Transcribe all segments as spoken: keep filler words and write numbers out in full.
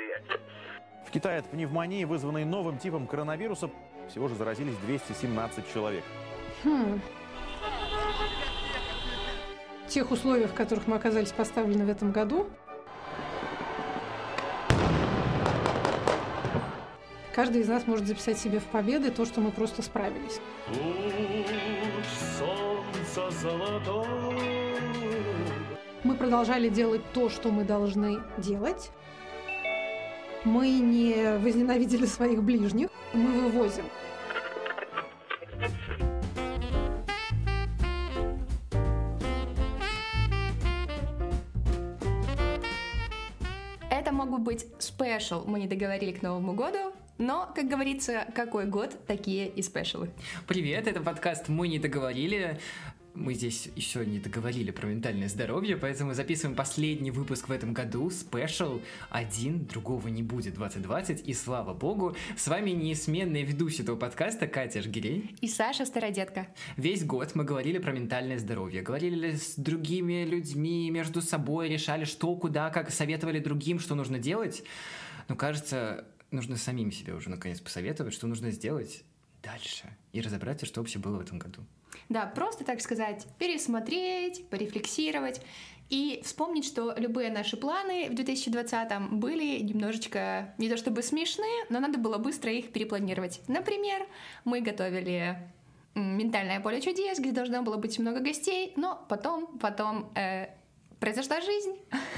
В Китае от пневмонии, вызванной новым типом коронавируса, всего же заразились двести семнадцать человек. Хм. В тех условиях, в которых мы оказались поставлены в этом году, каждый из нас может записать себе в победы то, что мы просто справились. Мы продолжали делать то, что мы должны делать. Мы не возненавидели своих ближних. Мы вывозим. Это мог бы быть спешл, мы не договорили к Новому году, но, как говорится, какой год, такие и спешалы. Привет, это подкаст «Мы не договорили». Мы здесь еще не договорили про ментальное здоровье, поэтому записываем последний выпуск в этом году, спешл один, другого не будет, двадцать двадцать, и слава богу, с вами неизменные ведущие этого подкаста Катя Жгирей и Саша Стародетка. Весь год мы говорили про ментальное здоровье, говорили с другими людьми, между собой, решали, что, куда, как, советовали другим, что нужно делать. Но кажется, нужно самим себе уже наконец посоветовать, что нужно сделать дальше и разобраться, что вообще было в этом году. Да, просто, так сказать, пересмотреть, порефлексировать и вспомнить, что любые наши планы в две тысячи двадцатом были немножечко не то чтобы смешные, но надо было быстро их перепланировать. Например, мы готовили «Ментальное поле чудес», где должно было быть много гостей, но потом, потом э, произошла жизнь,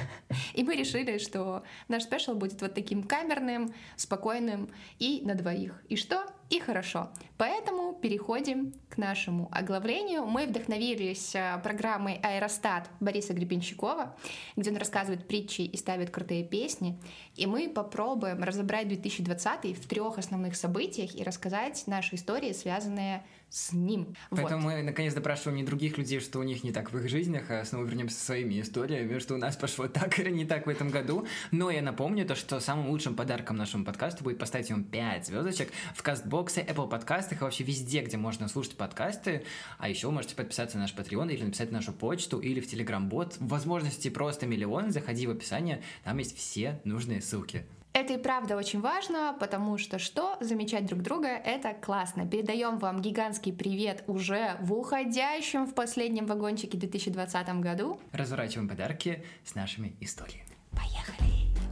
и мы решили, что наш спешл будет вот таким камерным, спокойным и на двоих. И что? И хорошо. Поэтому переходим к нашему оглавлению. Мы вдохновились программой «Аэростат» Бориса Гребенщикова, где он рассказывает притчи и ставит крутые песни. И мы попробуем разобрать две тысячи двадцатый в трех основных событиях и рассказать наши истории, связанные с ним. Поэтому вот. мы наконец допрашиваем не других людей, что у них не так в их жизнях, а снова вернемся со своими историями, что у нас пошло так или не так в этом году. Но я напомню то, что самым лучшим подарком нашему подкасту будет поставить ему пять звездочек в Кастбоксе, Apple подкастах и вообще везде, где можно слушать подкасты. А еще вы можете подписаться на наш Patreon или написать на нашу почту или в Telegram-бот. Возможностей просто миллион. Заходи в описание, там есть все нужные ссылки. Это и правда очень важно, потому что что? Замечать друг друга — это классно. Передаем вам гигантский привет уже в уходящем в последнем вагончике две тысячи двадцатом году. Разворачиваем подарки с нашими историями. Поехали!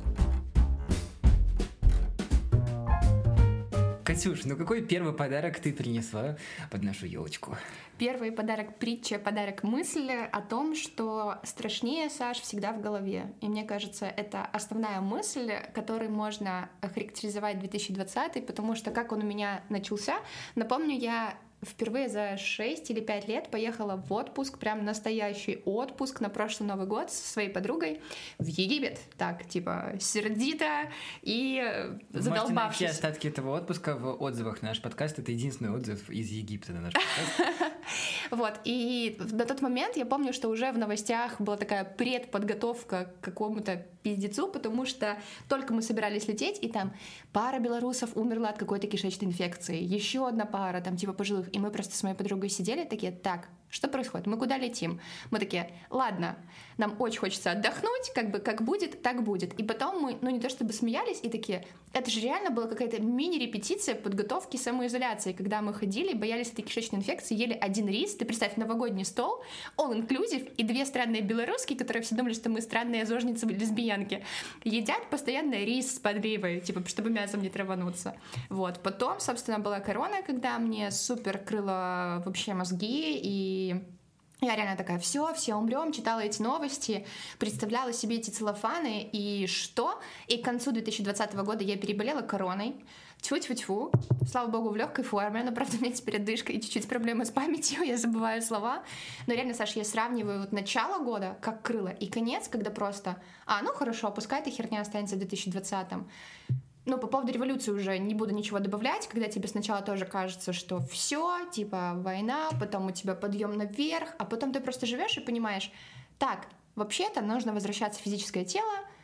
Катюш, ну какой первый подарок ты принесла под нашу елочку? Первый подарок притча, подарок мысли о том, что страшнее, Саш, всегда в голове. И мне кажется, это основная мысль, которой можно охарактеризовать две тысячи двадцатый, потому что как он у меня начался, напомню, я впервые за шесть или пять лет поехала в отпуск, прям настоящий отпуск на прошлый Новый год со своей подругой в Египет. Так, типа, сердито и задолбавшись. Можете найти остатки этого отпуска в отзывах на наш подкаст. Это единственный отзыв из Египта на наш подкаст. Вот, и на тот момент я помню, что уже в новостях была такая предподготовка к какому-то пиздецу, потому что только мы собирались лететь, и там пара белорусов умерла от какой-то кишечной инфекции, еще одна пара, там типа пожилых, и мы просто с моей подругой сидели такие: так, что происходит? Мы куда летим? Мы такие: ладно, нам очень хочется отдохнуть, как бы как будет, так будет. И потом мы, ну не то чтобы смеялись, и такие: это же реально была какая-то мини-репетиция подготовки самоизоляции, когда мы ходили, боялись этой кишечной инфекции, ели один рис, ты представь, новогодний стол, all-inclusive, и две странные белорусские, которые все думали, что мы странные зожницы, лесбиянки, едят постоянно рис с подливой, типа, чтобы мясом не травануться. Вот. Потом, собственно, была корона, когда мне супер крыло вообще мозги, и я реально такая: все, все умрем, читала эти новости, представляла себе эти целлофаны, и что? И к концу две тысячи двадцатого года я переболела короной. Тьфу-тьфу-тьфу. Слава богу, в легкой форме, но, правда, у меня теперь одышка и чуть-чуть проблемы с памятью, я забываю слова. Но реально, Саша, я сравниваю вот начало года, как крыло, и конец, когда просто: а, ну хорошо, пускай эта херня останется в две тысячи двадцатом. Ну, по поводу революции уже не буду ничего добавлять, когда тебе сначала тоже кажется, что все, типа, война, потом у тебя подъем наверх, а потом ты просто живешь и понимаешь: так, вообще-то нужно возвращаться в физическое тело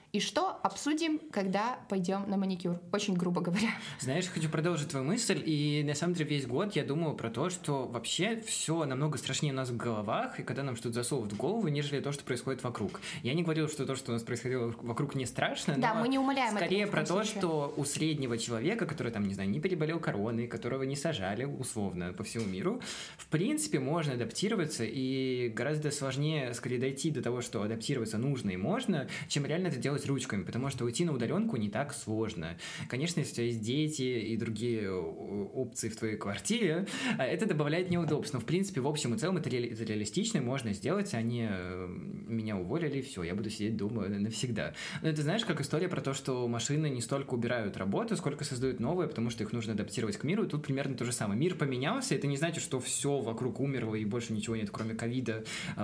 И что обсудим, когда пойдем на маникюр? Очень грубо говоря. Знаешь, хочу продолжить твою мысль, и на самом деле весь год я думаю про то, что вообще все намного страшнее у нас в головах, и когда нам что-то засовывают в голову, нежели то, что происходит вокруг. Я не говорил, что то, что у нас происходило вокруг, не страшно, да, но мы не умаляем скорее это про то, случае. что у среднего человека, который там, не знаю, не переболел короной, которого не сажали условно по всему миру, в принципе, можно адаптироваться, и гораздо сложнее скорее дойти до того, что адаптироваться нужно и можно, чем реально это делать ручками, потому что уйти на удаленку не так сложно. Конечно, если у тебя есть дети и другие опции в твоей квартире, это добавляет неудобств, но в принципе, в общем и целом это, ре- это реалистично, можно сделать, а не меня уволили, все, я буду сидеть дома навсегда. Но это знаешь, как история про то, что машины не столько убирают работу, сколько создают новые, потому что их нужно адаптировать к миру, и тут примерно то же самое. Мир поменялся, это не значит, что все вокруг умерло и больше ничего нет, кроме ковида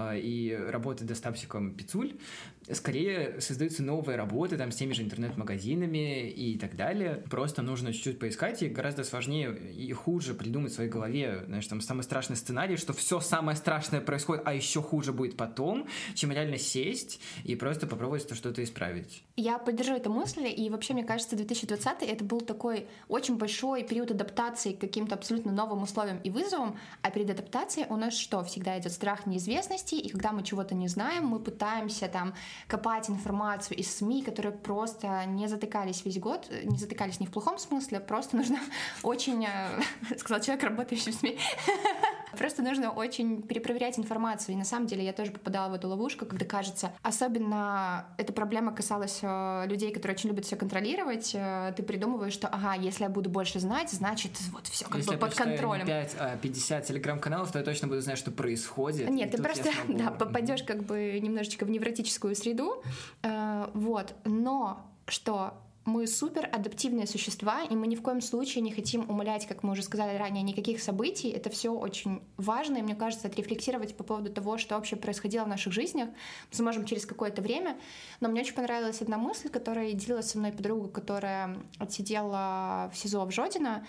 и работы доставщиком пиццуль. Скорее создаются новые работы там с теми же интернет-магазинами и так далее. Просто нужно чуть-чуть поискать, и гораздо сложнее и хуже придумать в своей голове, знаешь, там самый страшный сценарий, что все самое страшное происходит, а еще хуже будет потом, чем реально сесть и просто попробовать что-то исправить. Я поддержу эту мысль, и вообще, мне кажется, две тысячи двадцатый это был такой очень большой период адаптации к каким-то абсолютно новым условиям и вызовам, а перед адаптацией у нас что? Всегда идет страх неизвестности, и когда мы чего-то не знаем, мы пытаемся там копать информацию из СМИ, которые просто не затыкались весь год, не затыкались не в плохом смысле, просто нужно очень, сказал человек, работающий в СМИ, просто нужно очень перепроверять информацию, и на самом деле я тоже попадала в эту ловушку, когда кажется, особенно эта проблема касалась людей, которые очень любят все контролировать, ты придумываешь, что ага, если я буду больше знать, значит вот все как если бы под контролем. Если я пять, а пятьдесят телеграм-каналов, то я точно буду знать, что происходит. Нет, ты просто смогу... да, попадешь как бы немножечко в невротическую среду, э, вот, но что мы супер адаптивные существа, и мы ни в коем случае не хотим умалять, как мы уже сказали ранее, никаких событий. Это все очень важно, и мне кажется, отрефлексировать по поводу того, что вообще происходило в наших жизнях, мы сможем через какое-то время. Но мне очень понравилась одна мысль, которая делилась со мной подруга, которая отсидела в СИЗО в Жодино.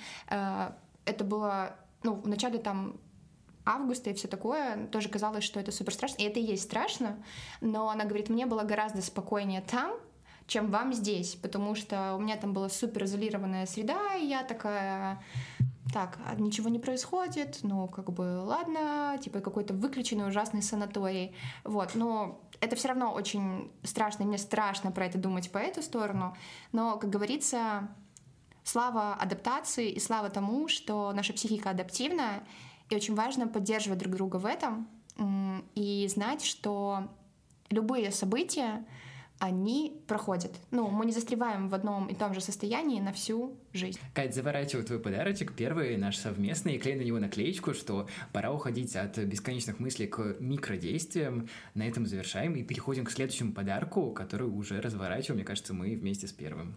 Это было, ну, в начале там августа и все такое, тоже казалось, что это супер страшно, и это и есть страшно, но она говорит, мне было гораздо спокойнее там, чем вам здесь, потому что у меня там была супер изолированная среда, и я такая, так, ничего не происходит, ну, как бы, ладно, типа какой-то выключенный ужасный санаторий, вот, но это все равно очень страшно, и мне страшно про это думать по эту сторону, но, как говорится, слава адаптации и слава тому, что наша психика адаптивна, и очень важно поддерживать друг друга в этом и знать, что любые события, они проходят. Ну, мы не застреваем в одном и том же состоянии на всю жизнь. Кать, заворачиваю твой подарочек. Первый наш совместный, и клей на него наклеечку, что пора уходить от бесконечных мыслей к микродействиям. На этом завершаем и переходим к следующему подарку, который уже разворачиваем, мне кажется, мы вместе с первым.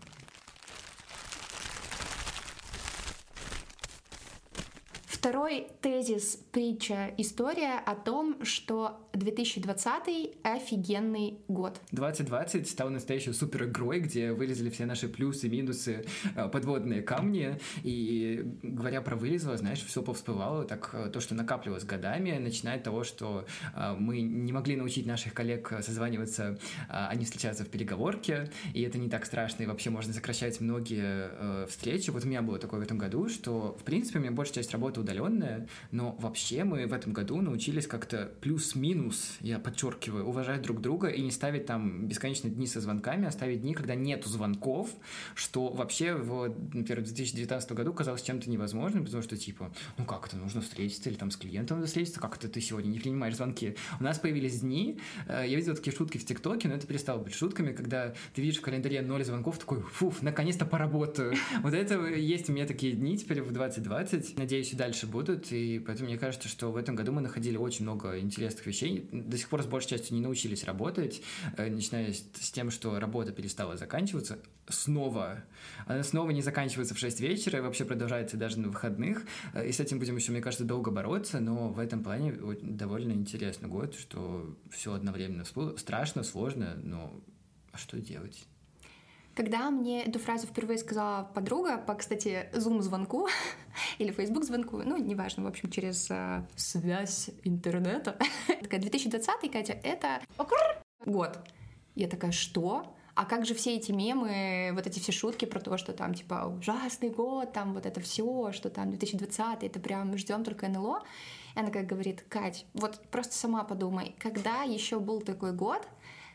Второй тезис, притча, история о том, что две тысячи двадцатый офигенный год. двадцать двадцать стал настоящей супер игрой, где вылезли все наши плюсы, минусы, подводные камни. И говоря про вылезло, знаешь, все повсплывало. Так то, что накапливалось годами, начиная от того, что мы не могли научить наших коллег созваниваться, а не встречаться в переговорке. И это не так страшно, и вообще можно сокращать многие встречи. Вот у меня было такое в этом году, что, в принципе, у меня большая часть работы удаленная, но вообще мы в этом году научились как-то плюс-минус, я подчеркиваю, уважать друг друга и не ставить там бесконечные дни со звонками, а ставить дни, когда нету звонков, что вообще, в, например, в две тысячи девятнадцатом году казалось чем-то невозможным, потому что, типа, ну как это, нужно встретиться, или там с клиентом надо встретиться, как это ты сегодня не принимаешь звонки? У нас появились дни, я видел такие шутки в ТикТоке, но это перестало быть шутками, когда ты видишь в календаре ноль звонков, такой, фуф, наконец-то поработаю. Вот это есть у меня такие дни теперь в двадцать двадцать, надеюсь, и дальше будут, и поэтому мне кажется, что в этом году мы находили очень много интересных вещей. До сих пор с большей частью не научились работать, начиная с тем, что работа перестала заканчиваться снова. Она снова не заканчивается в шесть вечера и вообще продолжается даже на выходных. И с этим будем еще, мне кажется, долго бороться, но в этом плане довольно интересный год, что все одновременно всплыло. Страшно, сложно, но что делать? Когда мне эту фразу впервые сказала подруга по, кстати, Zoom-звонку или Facebook-звонку, ну, неважно, в общем, через э, связь интернета, такая, две тысячи двадцатый, Катя, это год. Я такая, что? А как же все эти мемы, вот эти все шутки про то, что там, типа, ужасный год, там вот это все, что там две тысячи двадцатый, это прям ждем только эн эл о. И она как говорит: Кать, вот просто сама подумай, когда еще был такой год,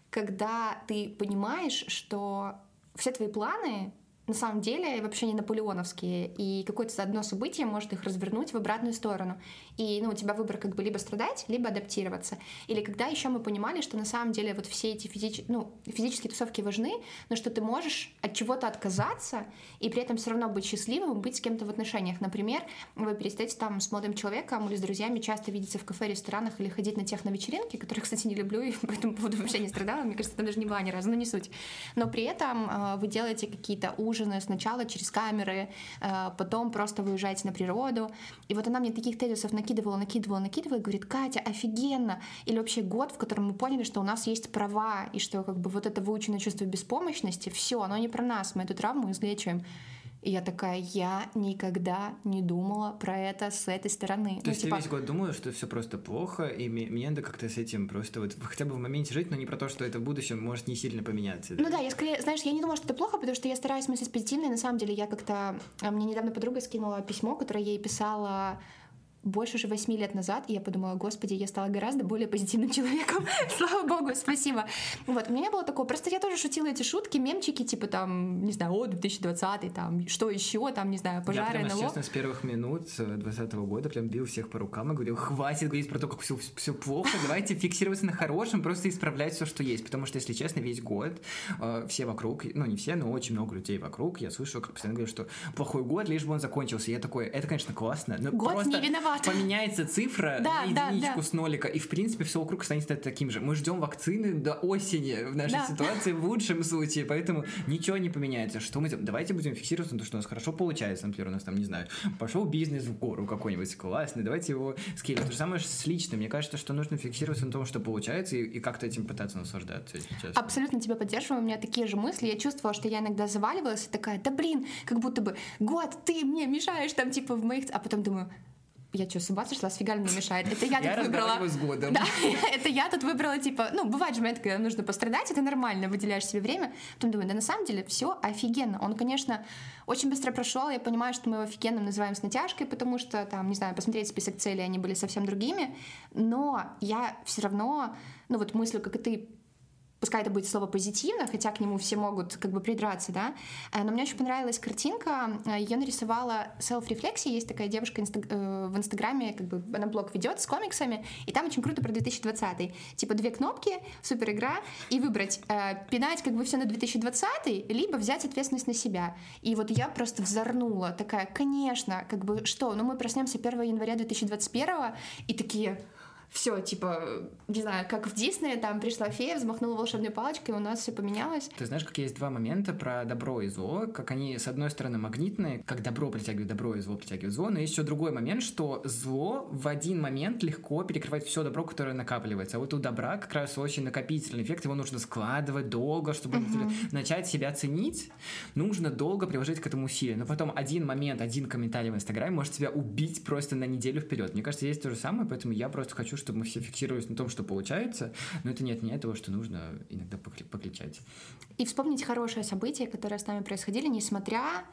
когда ты понимаешь, что все твои планы на самом деле вообще не наполеоновские, и какое-то одно событие может их развернуть в обратную сторону. И ну, у тебя выбор как бы либо страдать, либо адаптироваться. Или когда еще мы понимали, что на самом деле вот все эти физич... ну, физические тусовки важны, но что ты можешь от чего-то отказаться и при этом все равно быть счастливым, быть с кем-то в отношениях. Например, вы перестаете там с молодым человеком или с друзьями часто видеться в кафе, ресторанах или ходить на техно-вечеринки, которые, кстати, не люблю, и по этому поводу вообще не страдала. Мне кажется, там даже не была ни разу, но не суть. Но при этом э, вы делаете какие-то ужины сначала через камеры, э, потом просто выезжаете на природу. И вот она мне таких тезисов накидывала, накидывала, накидывала, и говорит: Катя, офигенно! Или вообще год, в котором мы поняли, что у нас есть права, и что как бы вот это выученное чувство беспомощности, все, оно не про нас, мы эту травму излечиваем. И я такая, я никогда не думала про это с этой стороны. То ну, есть типа... я весь год думаю, что все просто плохо, и мне, мне надо как-то с этим просто вот хотя бы в моменте жить, но не про то, что это в будущем может не сильно поменяться. Да? Ну да, я скорее, знаешь, я не думала, что это плохо, потому что я стараюсь мыслить позитивно, и на самом деле я как-то... Мне недавно подруга скинула письмо, которое я ей писала больше уже восьми лет назад, и я подумала: господи, я стала гораздо более позитивным человеком. Слава богу, спасибо. Вот, у меня не было такого. Просто я тоже шутила эти шутки, мемчики, типа там, не знаю, о, две тысячи двадцатый, там, что еще, там, не знаю, пожары, эн эл о. Я прямо, эн эл о. честно, с первых минут двадцатого года прям бил всех по рукам и говорил: хватит говорить про то, как все, все плохо, давайте фиксироваться на хорошем, просто исправлять все, что есть. Потому что, если честно, весь год э, все вокруг, ну не все, но очень много людей вокруг, я слышу, как постоянно говорят, что плохой год, лишь бы он закончился. И я такой: это, конечно, классно, но год просто не виноват. Поменяется цифра да, на единичку да, да. с нолика, и в принципе все вокруг станет таким же. Мы ждем вакцины до осени в нашей да. ситуации в лучшем случае, поэтому ничего не поменяется. Что мы делаем? Давайте будем фиксироваться на то, что у нас хорошо получается. Например, у нас там, не знаю, пошел бизнес в гору какой-нибудь классный, давайте его скейлим. То же самое с личным. Мне кажется, что нужно фиксироваться на том, что получается, и, и как-то этим пытаться наслаждаться, если честно. Абсолютно тебя поддерживаю. У меня такие же мысли. Я чувствовала, что я иногда заваливалась и такая: да блин, как будто бы год ты мне мешаешь там типа в моих... А потом думаю: я что, с ума сошла, с фига мне мешает? Это я, я тут выбрала. С годом. Да, это я тут выбрала, типа, ну, бывает же момент, когда нужно пострадать, это нормально, выделяешь себе время. Потом думаю: да на самом деле все офигенно. Он, конечно, очень быстро прошел. Я понимаю, что мы его офигенным называем с натяжкой, потому что, там, не знаю, посмотреть список целей, они были совсем другими. Но я все равно, ну, вот мыслю, как и ты, пускай это будет слово позитивно, хотя к нему все могут как бы придраться, да, но мне очень понравилась картинка, ее нарисовала Self-Reflexia, есть такая девушка инста- в Инстаграме, как бы она блог ведет с комиксами, и там очень круто про две тысячи двадцатый, типа две кнопки, супер игра, и выбрать, э, пинать как бы все на две тысячи двадцатый, либо взять ответственность на себя. И вот я просто взорнула, такая: конечно, как бы что, ну мы проснемся первого января две тысячи двадцать первого, и такие... Все, типа, не знаю, как в Диснее, там пришла фея, взмахнула волшебной палочкой, и у нас все поменялось. Ты знаешь, как есть два момента про добро и зло, как они, с одной стороны, магнитные, как добро притягивает добро и зло притягивает зло, но есть еще другой момент, что зло в один момент легко перекрывает все добро, которое накапливается, а вот у добра как раз очень накопительный эффект, его нужно складывать долго, чтобы uh-huh. начать себя ценить, нужно долго приложить к этому усилия, но потом один момент, один комментарий в Инстаграме может тебя убить просто на неделю вперед. Мне кажется, есть то же самое, поэтому я просто хочу, чтобы мы все фиксировались на том, что получается, но это не отменяет того, что нужно иногда покричать. И вспомнить хорошие события, которые с нами происходили, несмотря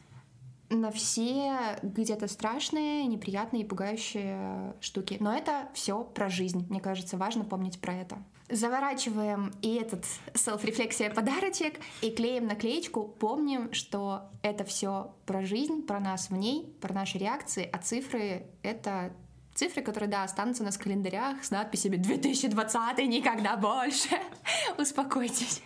на все где-то страшные, неприятные и пугающие штуки. Но это все про жизнь. Мне кажется, важно помнить про это. Заворачиваем и этот self-рефлексия подарочек и клеим наклеечку. Помним, что это все про жизнь, про нас в ней, про наши реакции, а цифры — это цифры, которые, да, останутся у нас в календарях с надписями две тысячи двадцатый никогда больше. Успокойтесь.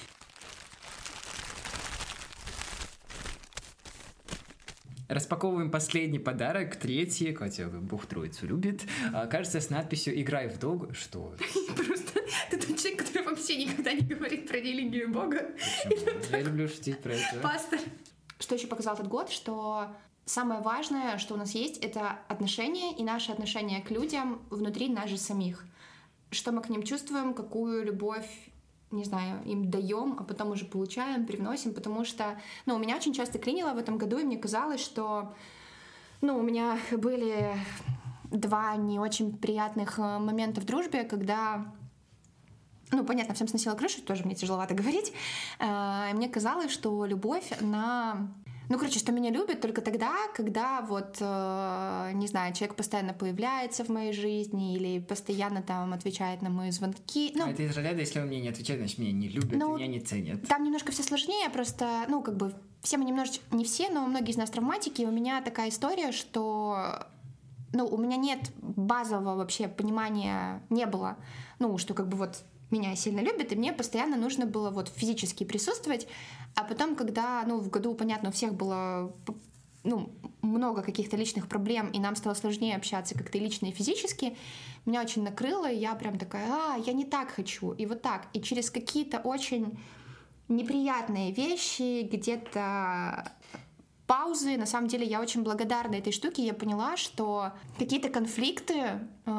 Распаковываем последний подарок, третий, Катя Бог Троицу любит, кажется, с надписью «Играй в долгу». Что? Просто ты тот человек, который вообще никогда не говорит про религию Бога. Почему? Я люблю шутить про это. Пастор. Что еще показал этот год, что самое важное, что у нас есть, это отношения и наши отношения к людям внутри нас же самих. Что мы к ним чувствуем, какую любовь, не знаю, им даем, а потом уже получаем, привносим, потому что, ну, у меня очень часто клинило в этом году, и мне казалось, что, ну, у меня были два не очень приятных момента в дружбе, когда ну, понятно, всем сносила крышу, тоже мне тяжеловато говорить. И мне казалось, что любовь, она... Ну, короче, что меня любят только тогда, когда вот, э, не знаю, человек постоянно появляется в моей жизни или постоянно там отвечает на мои звонки. Ну, а это из разряда, если он мне не отвечает, значит, меня не любят, ну, меня не ценят. Там немножко все сложнее, просто, ну, как бы, все мы немножечко, не все, но многие из нас травматики. У меня такая история, что, ну, у меня нет базового вообще понимания, не было, ну, что как бы вот меня сильно любят, и мне постоянно нужно было вот физически присутствовать. А потом, когда, ну, в году, понятно, у всех было, ну, много каких-то личных проблем, и нам стало сложнее общаться как-то и лично, и физически, меня очень накрыло, и я прям такая, а, я не так хочу, и вот так. И через какие-то очень неприятные вещи, где-то паузы, на самом деле я очень благодарна этой штуке, я поняла, что какие-то конфликты, э,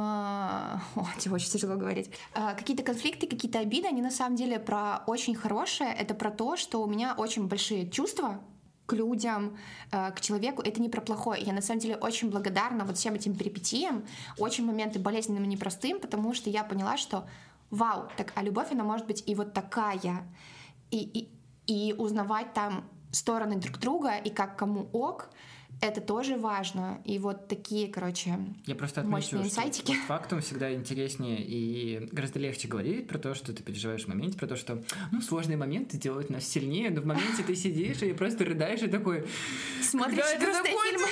о, тебе очень тяжело говорить, э, какие-то конфликты, какие-то обиды, они на самом деле про очень хорошее, это про то, что у меня очень большие чувства к людям, э, к человеку, это не про плохое. Я на самом деле очень благодарна вот всем этим перипетиям, очень моменты болезненным и непростым, потому что я поняла, что вау, так, а любовь, она может быть и вот такая, и, и, и узнавать там стороны друг друга и как кому ок, это тоже важно. И вот такие, короче, я просто отмечу, мощные инсайтики. Что фактом всегда интереснее и гораздо легче говорить про то, что ты переживаешь в моменте, про то, что, ну, сложные моменты делают нас сильнее, но в моменте ты сидишь и просто рыдаешь и такой... Смотришь грустные фильмы.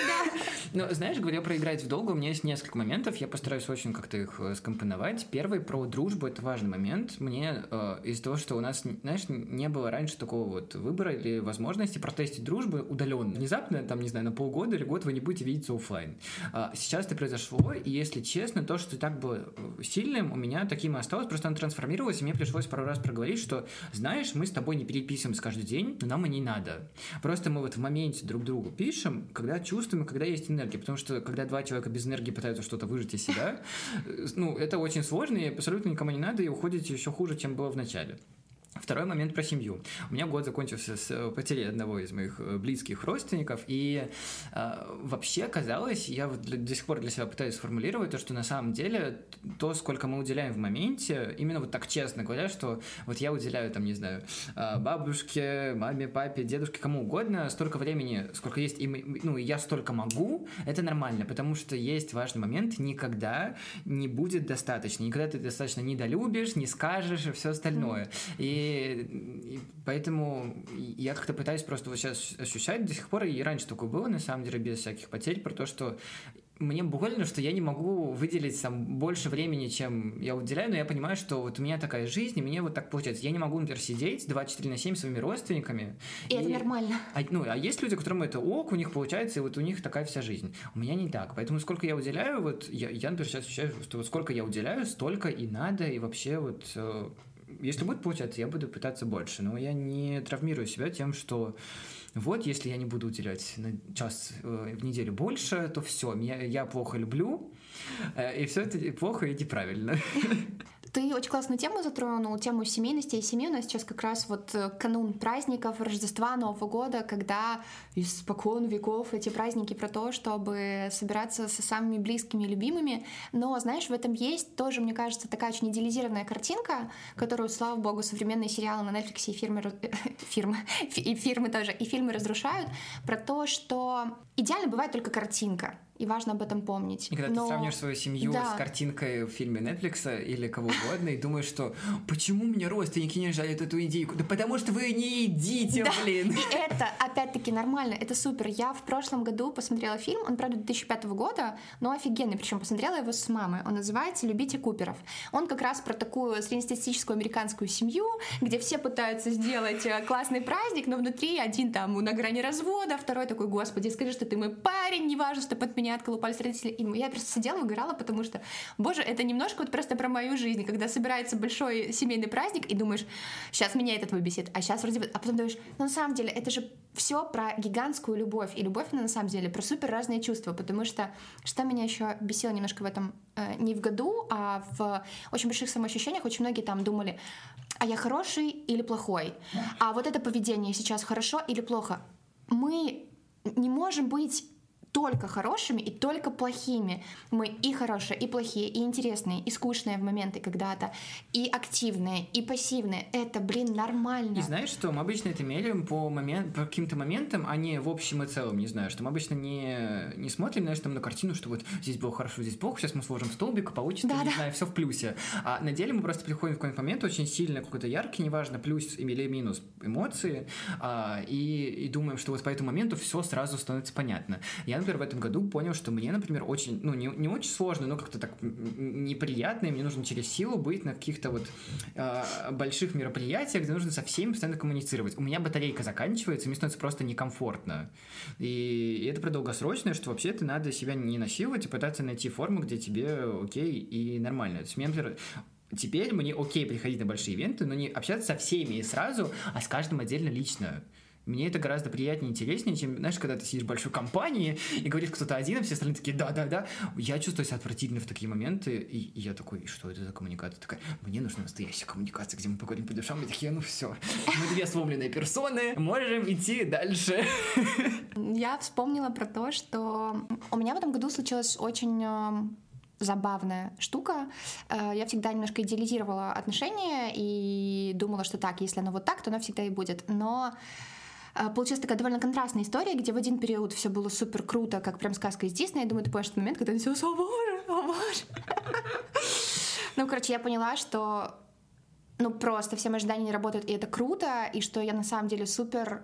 Ну, знаешь, говоря про играть в долгу, у меня есть несколько моментов, я постараюсь очень как-то их скомпоновать. Первый про дружбу, это важный момент. Мне э, из-за того, что у нас, знаешь, не было раньше такого вот выбора или возможности протестить дружбу удаленно. Внезапно, там, не знаю, на полгода или год вы не будете видеться офлайн. А сейчас это произошло, и если честно, то, что так было сильным, у меня таким и осталось, просто оно трансформировалось, и мне пришлось пару раз проговорить, что, знаешь, мы с тобой не переписываемся каждый день, но нам и не надо. Просто мы вот в моменте друг другу пишем, когда чувствуем, когда есть энергия, потому что когда два человека без энергии пытаются что-то выжать из себя, ну, это очень сложно, и абсолютно никому не надо, и уходите еще хуже, чем было в начале. Второй момент про семью. У меня год закончился с потерей одного из моих близких родственников, и э, вообще казалось, я вот для, до сих пор для себя пытаюсь сформулировать то, что на самом деле то, сколько мы уделяем в моменте, именно вот так честно говоря, что вот я уделяю, там, не знаю, бабушке, маме, папе, дедушке, кому угодно, столько времени, сколько есть, и мы, ну, и я столько могу, это нормально, потому что есть важный момент, никогда не будет достаточно, никогда ты достаточно недолюбишь, не скажешь и все остальное. Mm. И И поэтому я как-то пытаюсь просто вот сейчас ощущать до сих пор, и раньше такое было, на самом деле, без всяких потерь, про то, что мне больно, что я не могу выделить там больше времени, чем я уделяю, но я понимаю, что вот у меня такая жизнь, и мне вот так получается. Я не могу, например, сидеть двадцать четыре на семь с своими родственниками. И, и это нормально. А, ну, а есть люди, которым это ок, у них получается, и вот у них такая вся жизнь. У меня не так. Поэтому сколько я уделяю, вот я, я например, сейчас ощущаю, что вот сколько я уделяю, столько и надо, и вообще вот... Если будет получаться, я буду пытаться больше, но я не травмирую себя тем, что вот, если я не буду уделять на час э, в неделю больше, то все, меня, я плохо люблю, э, и все это плохо и неправильно. Ты очень классную тему затронул, тему семейности и семьи. У нас сейчас как раз вот канун праздников, Рождества, Нового года, когда испокон веков эти праздники про то, чтобы собираться со самыми близкими и любимыми. Но, знаешь, в этом есть тоже, мне кажется, такая очень идеализированная картинка, которую, слава богу, современные сериалы на Netflix и фирмы, фирмы, и фирмы тоже, и фильмы разрушают, про то, что идеально бывает только картинка. И важно об этом помнить. И когда Но... ты сравнишь свою семью да. с картинкой в фильме Netflix или кого угодно, и думаешь, что почему мне родственники не жалят эту идейку? Да потому что вы не едите, да. блин! И это, опять-таки, нормально, это супер. Я в прошлом году посмотрела фильм, он, правда, две тысячи пятого года, но офигенный, причем посмотрела его с мамой. Он называется «Любите Куперов». Он как раз про такую среднестатистическую американскую семью, где все пытаются сделать классный праздник, но внутри один там на грани развода, второй такой: господи, скажи, что ты мой парень, не важно, чтобы от меня отколупались родители. И я просто сидела, выгорала, потому что, боже, это немножко вот просто про мою жизнь, когда собирается большой семейный праздник, и думаешь, сейчас меня этот выбесит, а сейчас вроде бы... А потом думаешь, ну, на самом деле, это же все про гигантскую любовь. И любовь, она на самом деле про супер разные чувства, потому что, что меня еще бесило немножко в этом, э, не в году, а в очень больших самоощущениях, очень многие там думали, а я хороший или плохой? А вот это поведение сейчас хорошо или плохо? Мы не можем быть только хорошими и только плохими. Мы и хорошие, и плохие, и интересные, и скучные в моменты когда-то, и активные, и пассивные. Это, блин, нормально. И знаешь что, мы обычно это меряем по, момент, по каким-то моментам, а не в общем и целом, не знаю, что мы обычно не, не смотрим, знаешь, там на картину, что вот здесь было хорошо, здесь плохо, сейчас мы сложим столбик, и получится, да, не да. знаю, все в плюсе. А на деле мы просто приходим в какой-то момент очень сильно, какой-то яркий, неважно, плюс или минус эмоции, а, и, и думаем, что вот по этому моменту все сразу становится понятно. Я, например, в этом году понял, что мне, например, очень, ну, не, не очень сложно, но как-то так неприятно, и мне нужно через силу быть на каких-то вот э, больших мероприятиях, где нужно со всеми постоянно коммуницировать. У меня батарейка заканчивается, и мне становится просто некомфортно. И, и это про долгосрочное, что вообще-то надо себя не насиловать и пытаться найти форму, где тебе окей и нормально. То есть, мне, например, теперь мне окей приходить на большие ивенты, но не общаться со всеми и сразу, а с каждым отдельно лично. Мне это гораздо приятнее и интереснее, чем, знаешь, когда ты сидишь в большой компании и говоришь кто-то один, и все остальные такие «да-да-да». Я чувствую себя отвратительно в такие моменты, и, и я такой, что это за коммуникация? Такая, мне нужна настоящая коммуникация, где мы поговорим по душам, и такие, ну все, мы две сломленные персоны, можем идти дальше. Я вспомнила про то, что у меня в этом году случилась очень... забавная штука. Я всегда немножко идеализировала отношения и думала, что так, если оно вот так, то оно всегда и будет. Но получилась такая довольно контрастная история, где в один период все было супер круто, как прям сказка из Диснея. Я думаю, ты помнишь тот момент, когда все «О боже, о боже». Ну, короче, я поняла, что ну просто все мои ожидания не работают, и это круто, и что я на самом деле супер...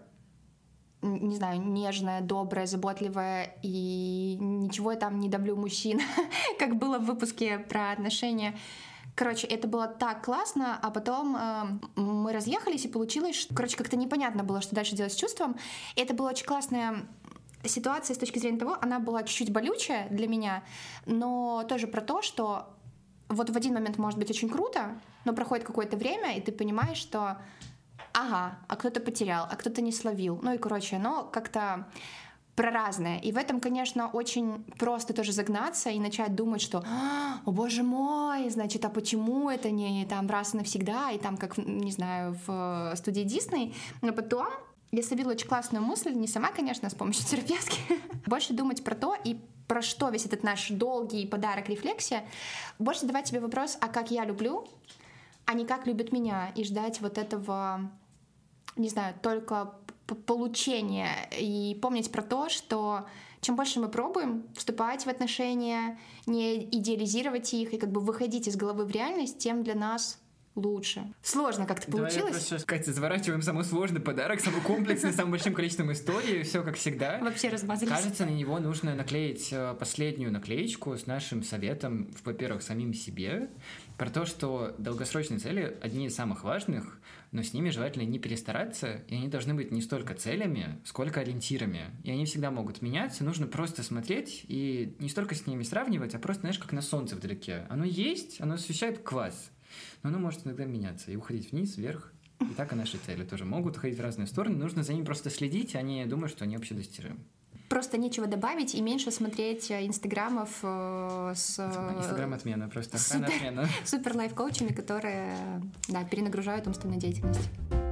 не знаю, нежная, добрая, заботливая, и ничего я там не давлю мужчин, как было в выпуске про отношения. Короче, это было так классно, а потом э, мы разъехались, и получилось, что, короче, как-то непонятно было, что дальше делать с чувством. И это была очень классная ситуация с точки зрения того, она была чуть-чуть болючая для меня, но тоже про то, что вот в один момент может быть очень круто, но проходит какое-то время, и ты понимаешь, что ага, а кто-то потерял, а кто-то не словил. Ну и, короче, оно как-то про разное. И в этом, конечно, очень просто тоже загнаться и начать думать, что «О, боже мой, значит, а почему это не там раз и навсегда?» И там, как, не знаю, в студии Дисней. Но потом я словила очень классную мысль, не сама, конечно, а с помощью терапевтки, больше думать про то и про что весь этот наш долгий подарок рефлексия, больше задавать себе вопрос, а как я люблю, а не как любят меня, и ждать вот этого... не знаю, только получение, и помнить про то, что чем больше мы пробуем вступать в отношения, не идеализировать их и как бы выходить из головы в реальность, тем для нас лучше. Сложно как-то получилось. Давай просто, Катя, заворачиваем самый сложный подарок, самый комплексный, с самым большим количеством историй, все как всегда. Вообще размазались. Кажется, на него нужно наклеить последнюю наклеечку с нашим советом, во-первых, самим себе, про то, что долгосрочные цели одни из самых важных, но с ними желательно не перестараться, и они должны быть не столько целями, сколько ориентирами. И они всегда могут меняться, нужно просто смотреть и не столько с ними сравнивать, а просто, знаешь, как на солнце вдалеке. Оно есть, оно освещает класс, но оно может иногда меняться и уходить вниз, вверх. И так и наши цели тоже могут уходить в разные стороны. Нужно за ними просто следить, а не думать, что они общедостижимы. Просто нечего добавить и меньше смотреть инстаграмов э, с... Инстаграм отмена, просто охрана супер, отмена. Супер лайф-коучами, которые, да, перенагружают умственную деятельность.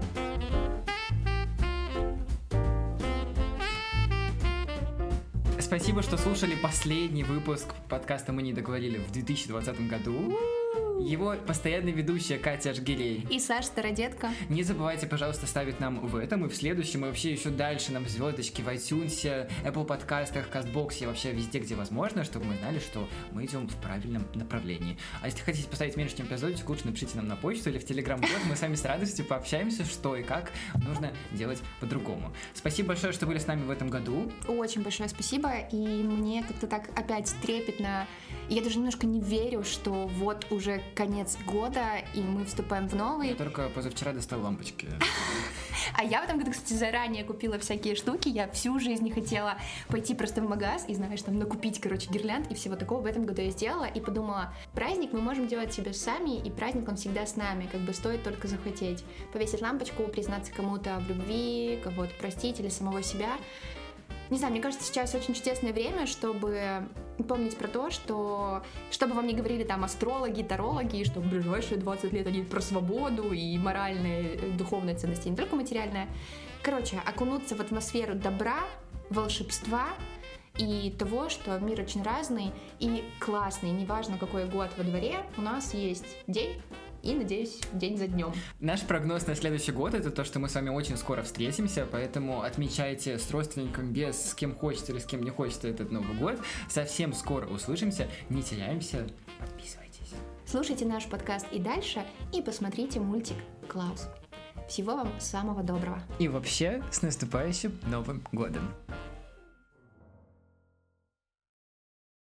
Спасибо, что слушали последний выпуск подкаста «Мы не договорили» в две тысячи двадцатом году. Его постоянная ведущая Катя Ажгирей и Саша Стародетка. Не забывайте, пожалуйста, ставить нам в этом и в следующем, и вообще еще дальше нам звездочки в iTunes, Apple подкастах, Кастбоксе, вообще везде, где возможно, чтобы мы знали, что мы идем в правильном направлении. А если хотите поставить меньше, чем эпизодик, лучше напишите нам на почту или в Телеграм-бот, мы с вами с радостью пообщаемся, что и как нужно делать по-другому. Спасибо большое, что были с нами в этом году. Очень большое спасибо, и мне как-то так опять трепетно, я даже немножко не верю, что вот уже конец года, и мы вступаем в новый. Я только позавчера достал лампочки. А я в этом году, кстати, заранее купила всякие штуки. Я всю жизнь не хотела пойти просто в магаз и, знаешь, там накупить, короче, гирлянд и всего такого. В этом году я сделала и подумала, праздник мы можем делать себе сами, и праздник он всегда с нами, как бы стоит только захотеть. Повесить лампочку, признаться кому-то в любви, кого-то простить или самого себя. Не знаю, мне кажется, сейчас очень чудесное время, чтобы помнить про то, что, что бы вам ни говорили там астрологи, тарологи, что в ближайшие двадцать лет они про свободу и моральные, духовные ценности, не только материальные. Короче, окунуться в атмосферу добра, волшебства и того, что мир очень разный и классный. Неважно, какой год во дворе, у нас есть день, и, надеюсь, день за днем. Наш прогноз на следующий год — это то, что мы с вами очень скоро встретимся, поэтому отмечайте с родственником, без, с кем хочется или с кем не хочется этот Новый год. Совсем скоро услышимся, не теряемся, подписывайтесь. Слушайте наш подкаст и дальше, и посмотрите мультик «Клаус». Всего вам самого доброго. И вообще, с наступающим Новым годом!